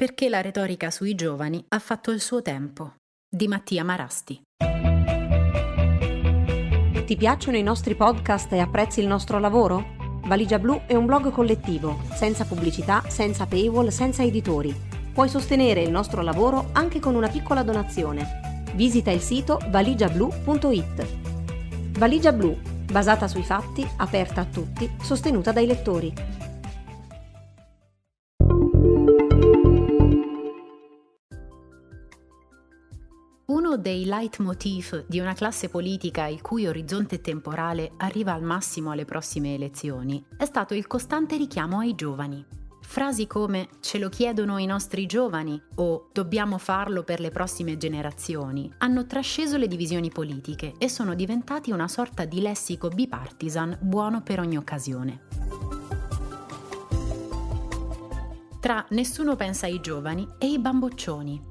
Perché la retorica sui giovani ha fatto il suo tempo, di Mattia Marasti. Ti piacciono i nostri podcast e apprezzi il nostro lavoro? Valigia Blu è un blog collettivo, senza pubblicità, senza paywall, senza editori. Puoi sostenere il nostro lavoro anche con una piccola donazione. Visita il sito valigiablu.it. Valigia Blu, basata sui fatti, aperta a tutti, sostenuta dai lettori. Uno dei leitmotiv di una classe politica il cui orizzonte temporale arriva al massimo alle prossime elezioni è stato il costante richiamo ai giovani. Frasi come "ce lo chiedono i nostri giovani" o "dobbiamo farlo per le prossime generazioni" hanno trasceso le divisioni politiche e sono diventati una sorta di lessico bipartisan buono per ogni occasione. Tra "nessuno pensa ai giovani" e i bamboccioni.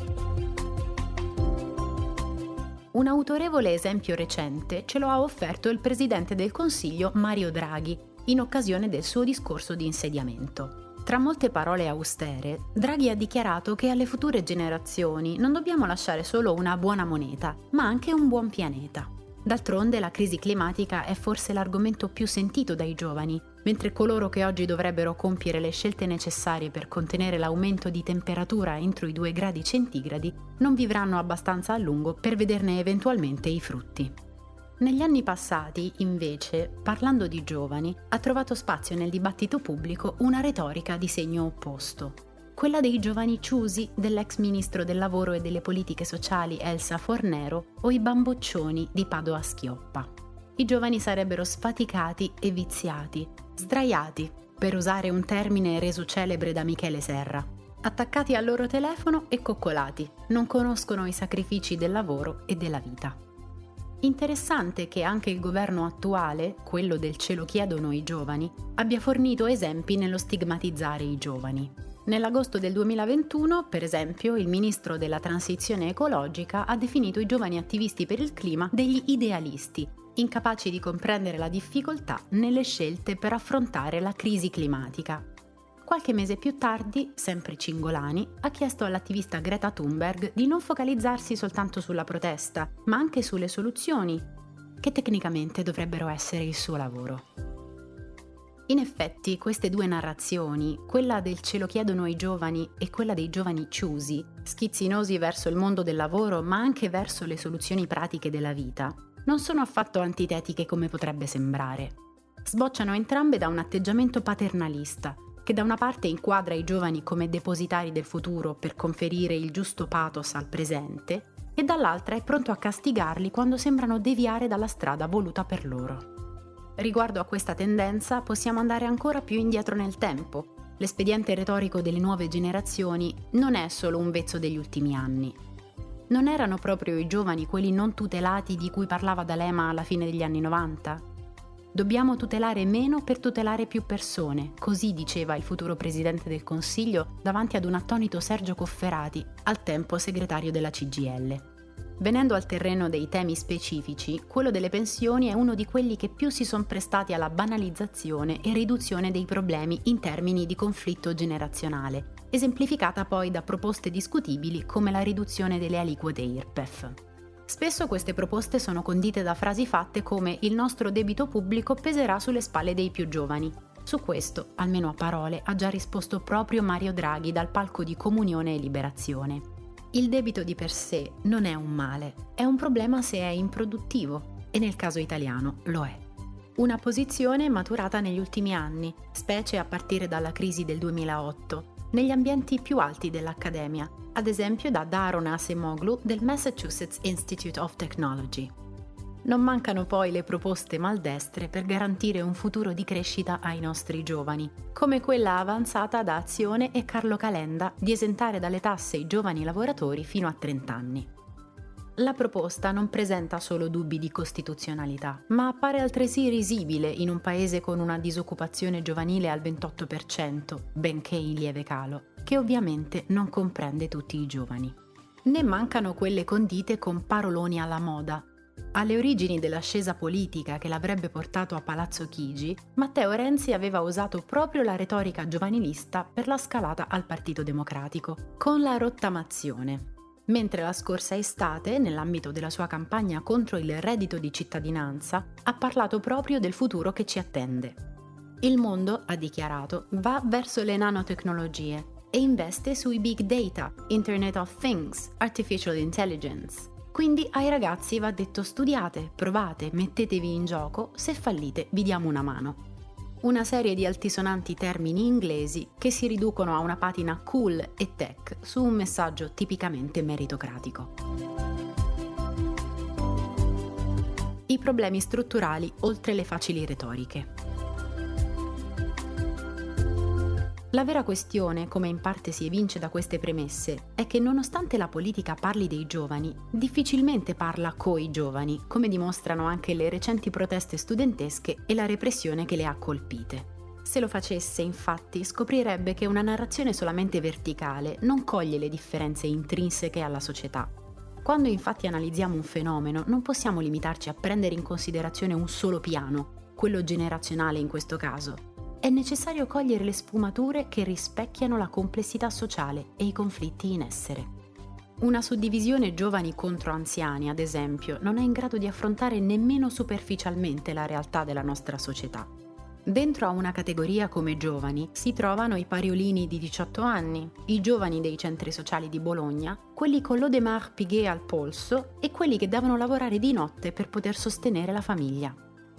Un autorevole esempio recente ce lo ha offerto il presidente del Consiglio Mario Draghi in occasione del suo discorso di insediamento. Tra molte parole austere, Draghi ha dichiarato che alle future generazioni non dobbiamo lasciare solo una buona moneta, ma anche un buon pianeta. D'altronde la crisi climatica è forse l'argomento più sentito dai giovani, mentre coloro che oggi dovrebbero compiere le scelte necessarie per contenere l'aumento di temperatura entro i 2 gradi centigradi non vivranno abbastanza a lungo per vederne eventualmente i frutti. Negli anni passati, invece, parlando di giovani, ha trovato spazio nel dibattito pubblico una retorica di segno opposto. Quella dei giovani ciusi dell'ex ministro del lavoro e delle politiche sociali Elsa Fornero o i bamboccioni di Padoa-Schioppa. I giovani sarebbero sfaticati e viziati, sdraiati, per usare un termine reso celebre da Michele Serra, attaccati al loro telefono e coccolati, non conoscono i sacrifici del lavoro e della vita. Interessante che anche il governo attuale, quello del "ce lo chiedono i giovani", abbia fornito esempi nello stigmatizzare i giovani. Nell'agosto del 2021, per esempio, il ministro della transizione ecologica ha definito i giovani attivisti per il clima degli idealisti, incapaci di comprendere la difficoltà nelle scelte per affrontare la crisi climatica. Qualche mese più tardi, sempre Cingolani, ha chiesto all'attivista Greta Thunberg di non focalizzarsi soltanto sulla protesta, ma anche sulle soluzioni, che tecnicamente dovrebbero essere il suo lavoro. In effetti, queste due narrazioni, quella del "ce lo chiedono i giovani" e quella dei giovani ciusi, schizzinosi verso il mondo del lavoro ma anche verso le soluzioni pratiche della vita, non sono affatto antitetiche come potrebbe sembrare. Sbocciano entrambe da un atteggiamento paternalista, che da una parte inquadra i giovani come depositari del futuro per conferire il giusto pathos al presente, e dall'altra è pronto a castigarli quando sembrano deviare dalla strada voluta per loro. Riguardo a questa tendenza possiamo andare ancora più indietro nel tempo. L'espediente retorico delle nuove generazioni non è solo un vezzo degli ultimi anni. Non erano proprio i giovani quelli non tutelati di cui parlava D'Alema alla fine degli anni 90? Dobbiamo tutelare meno per tutelare più persone, così diceva il futuro presidente del Consiglio davanti ad un attonito Sergio Cofferati, al tempo segretario della CGIL. Venendo al terreno dei temi specifici, quello delle pensioni è uno di quelli che più si sono prestati alla banalizzazione e riduzione dei problemi in termini di conflitto generazionale, esemplificata poi da proposte discutibili come la riduzione delle aliquote IRPEF. Spesso queste proposte sono condite da frasi fatte come "il nostro debito pubblico peserà sulle spalle dei più giovani". Su questo, almeno a parole, ha già risposto proprio Mario Draghi dal palco di Comunione e Liberazione. Il debito di per sé non è un male, è un problema se è improduttivo, e nel caso italiano lo è. Una posizione maturata negli ultimi anni, specie a partire dalla crisi del 2008, negli ambienti più alti dell'accademia, ad esempio da Daron Acemoglu del Massachusetts Institute of Technology. Non mancano poi le proposte maldestre per garantire un futuro di crescita ai nostri giovani, come quella avanzata da Azione e Carlo Calenda di esentare dalle tasse i giovani lavoratori fino a 30 anni. La proposta non presenta solo dubbi di costituzionalità, ma appare altresì risibile in un paese con una disoccupazione giovanile al 28%, benché in lieve calo, che ovviamente non comprende tutti i giovani. Ne mancano quelle condite con paroloni alla moda, Alle origini dell'ascesa politica che l'avrebbe portato a Palazzo Chigi, Matteo Renzi aveva usato proprio la retorica giovanilista per la scalata al Partito Democratico, con la rottamazione. Mentre la scorsa estate, nell'ambito della sua campagna contro il reddito di cittadinanza, ha parlato proprio del futuro che ci attende. Il mondo, ha dichiarato, va verso le nanotecnologie e investe sui big data, Internet of Things, Artificial Intelligence. Quindi ai ragazzi va detto: studiate, provate, mettetevi in gioco, se fallite vi diamo una mano. Una serie di altisonanti termini inglesi che si riducono a una patina cool e tech su un messaggio tipicamente meritocratico. I problemi strutturali oltre le facili retoriche. La vera questione, come in parte si evince da queste premesse, è che nonostante la politica parli dei giovani, difficilmente parla coi giovani, come dimostrano anche le recenti proteste studentesche e la repressione che le ha colpite. Se lo facesse, infatti, scoprirebbe che una narrazione solamente verticale non coglie le differenze intrinseche alla società. Quando infatti analizziamo un fenomeno, non possiamo limitarci a prendere in considerazione un solo piano, quello generazionale in questo caso. È necessario cogliere le sfumature che rispecchiano la complessità sociale e i conflitti in essere. Una suddivisione giovani contro anziani, ad esempio, non è in grado di affrontare nemmeno superficialmente la realtà della nostra società. Dentro a una categoria come giovani si trovano i pariolini di 18 anni, i giovani dei centri sociali di Bologna, quelli con l'Audemars Piguet al polso e quelli che devono lavorare di notte per poter sostenere la famiglia.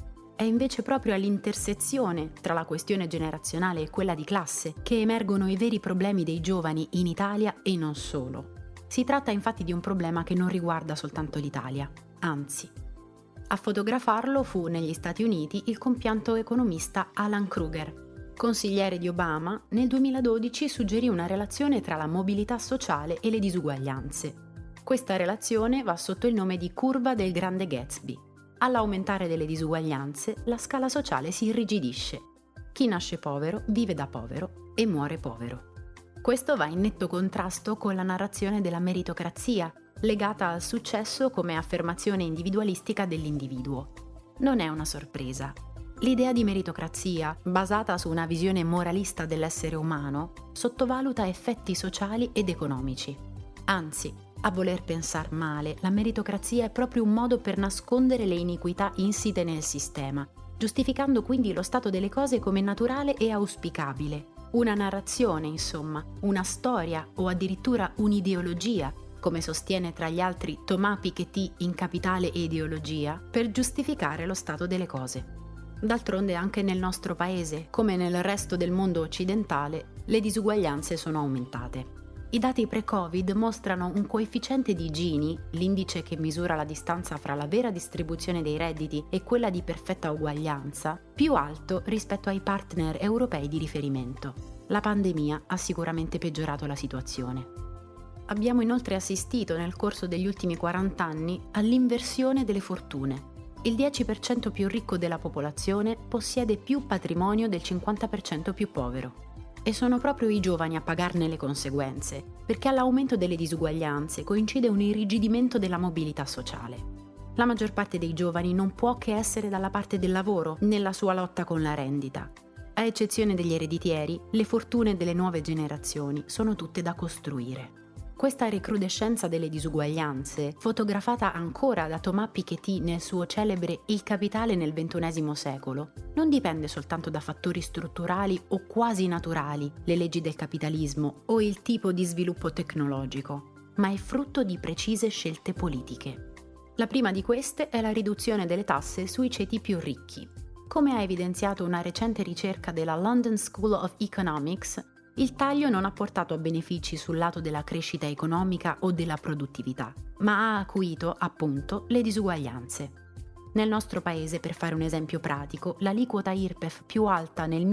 È invece proprio all'intersezione tra la questione generazionale e quella di classe che emergono i veri problemi dei giovani in Italia e non solo. Si tratta infatti di un problema che non riguarda soltanto l'Italia, anzi. A fotografarlo fu negli Stati Uniti il compianto economista Alan Kruger. Consigliere di Obama, nel 2012 suggerì una relazione tra la mobilità sociale e le disuguaglianze. Questa relazione va sotto il nome di curva del grande Gatsby. All'aumentare delle disuguaglianze, la scala sociale si irrigidisce. Chi nasce povero vive da povero e muore povero. Questo va in netto contrasto con la narrazione della meritocrazia, legata al successo come affermazione individualistica dell'individuo. Non è una sorpresa. L'idea di meritocrazia, basata su una visione moralista dell'essere umano, sottovaluta effetti sociali ed economici. Anzi, a voler pensar male, la meritocrazia è proprio un modo per nascondere le iniquità insite nel sistema, giustificando quindi lo stato delle cose come naturale e auspicabile. Una narrazione, insomma, una storia o addirittura un'ideologia, come sostiene tra gli altri Thomas Piketty in Capitale e Ideologia, per giustificare lo stato delle cose. D'altronde anche nel nostro paese, come nel resto del mondo occidentale, le disuguaglianze sono aumentate. I dati pre-Covid mostrano un coefficiente di Gini, l'indice che misura la distanza fra la vera distribuzione dei redditi e quella di perfetta uguaglianza, più alto rispetto ai partner europei di riferimento. La pandemia ha sicuramente peggiorato la situazione. Abbiamo inoltre assistito nel corso degli ultimi 40 anni all'inversione delle fortune. Il 10% più ricco della popolazione possiede più patrimonio del 50% più povero. E sono proprio i giovani a pagarne le conseguenze, perché all'aumento delle disuguaglianze coincide un irrigidimento della mobilità sociale. La maggior parte dei giovani non può che essere dalla parte del lavoro nella sua lotta con la rendita. A eccezione degli ereditieri, le fortune delle nuove generazioni sono tutte da costruire. Questa recrudescenza delle disuguaglianze, fotografata ancora da Thomas Piketty nel suo celebre Il capitale nel XXI secolo, non dipende soltanto da fattori strutturali o quasi naturali, le leggi del capitalismo o il tipo di sviluppo tecnologico, ma è frutto di precise scelte politiche. La prima di queste è la riduzione delle tasse sui ceti più ricchi. Come ha evidenziato una recente ricerca della London School of Economics, il taglio non ha portato benefici sul lato della crescita economica o della produttività, ma ha acuito, appunto, le disuguaglianze. Nel nostro paese, per fare un esempio pratico, l'aliquota IRPEF più alta nel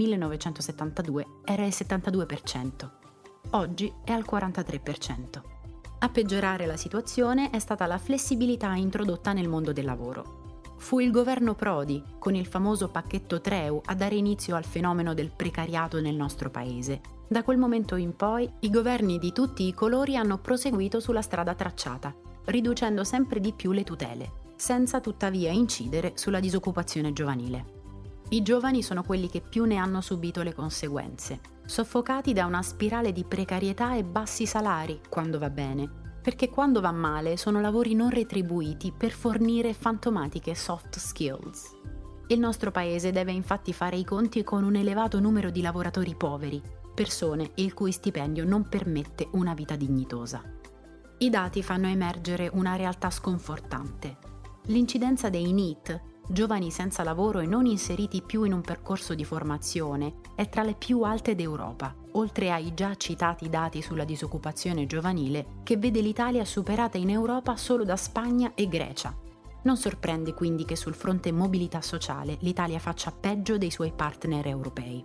1972 era il 72%. Oggi è al 43%. A peggiorare la situazione è stata la flessibilità introdotta nel mondo del lavoro. Fu il governo Prodi, con il famoso pacchetto Treu, a dare inizio al fenomeno del precariato nel nostro paese. Da quel momento in poi, i governi di tutti i colori hanno proseguito sulla strada tracciata, riducendo sempre di più le tutele. senza tuttavia incidere sulla disoccupazione giovanile. I giovani sono quelli che più ne hanno subito le conseguenze, soffocati da una spirale di precarietà e bassi salari quando va bene, perché quando va male sono lavori non retribuiti per fornire fantomatiche soft skills. Il nostro paese deve infatti fare i conti con un elevato numero di lavoratori poveri, persone il cui stipendio non permette una vita dignitosa. I dati fanno emergere una realtà sconfortante. L'incidenza dei NEET, giovani senza lavoro e non inseriti più in un percorso di formazione, è tra le più alte d'Europa, oltre ai già citati dati sulla disoccupazione giovanile, che vede l'Italia superata in Europa solo da Spagna e Grecia. Non sorprende quindi che sul fronte mobilità sociale l'Italia faccia peggio dei suoi partner europei.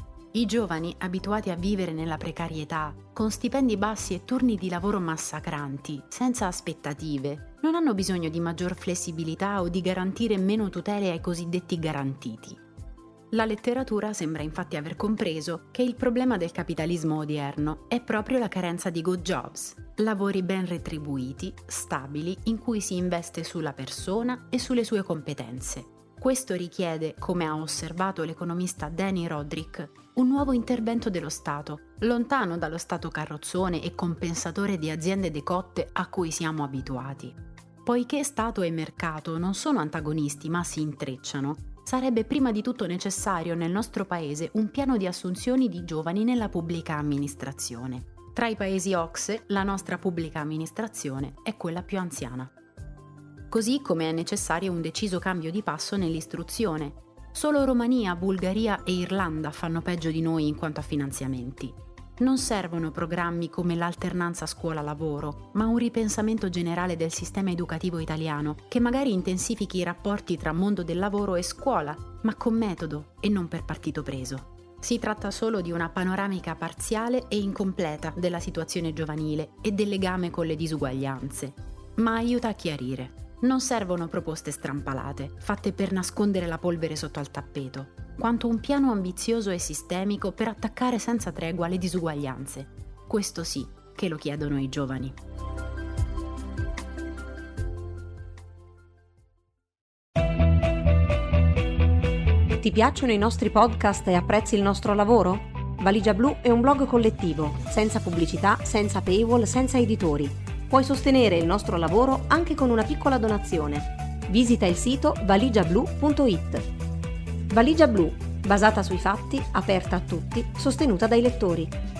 I giovani, abituati a vivere nella precarietà, con stipendi bassi e turni di lavoro massacranti, senza aspettative, non hanno bisogno di maggior flessibilità o di garantire meno tutele ai cosiddetti garantiti. La letteratura sembra infatti aver compreso che il problema del capitalismo odierno è proprio la carenza di good jobs, lavori ben retribuiti, stabili, in cui si investe sulla persona e sulle sue competenze. Questo richiede, come ha osservato l'economista Danny Roderick, un nuovo intervento dello Stato, lontano dallo Stato carrozzone e compensatore di aziende decotte a cui siamo abituati. Poiché Stato e mercato non sono antagonisti ma si intrecciano, sarebbe prima di tutto necessario nel nostro paese un piano di assunzioni di giovani nella pubblica amministrazione. Tra i paesi OCSE, la nostra pubblica amministrazione è quella più anziana. Così come è necessario un deciso cambio di passo nell'istruzione. Solo Romania, Bulgaria e Irlanda fanno peggio di noi in quanto a finanziamenti. Non servono programmi come l'alternanza scuola-lavoro, ma un ripensamento generale del sistema educativo italiano che magari intensifichi i rapporti tra mondo del lavoro e scuola, ma con metodo e non per partito preso. Si tratta solo di una panoramica parziale e incompleta della situazione giovanile e del legame con le disuguaglianze, ma aiuta a chiarire. Non servono proposte strampalate, fatte per nascondere la polvere sotto al tappeto, quanto un piano ambizioso e sistemico per attaccare senza tregua le disuguaglianze. Questo sì che lo chiedono i giovani. Ti piacciono i nostri podcast e apprezzi il nostro lavoro? Valigia Blu è un blog collettivo, senza pubblicità, senza paywall, senza editori. Puoi sostenere il nostro lavoro anche con una piccola donazione. Visita il sito valigiablu.it. Valigia Blu, basata sui fatti, aperta a tutti, sostenuta dai lettori.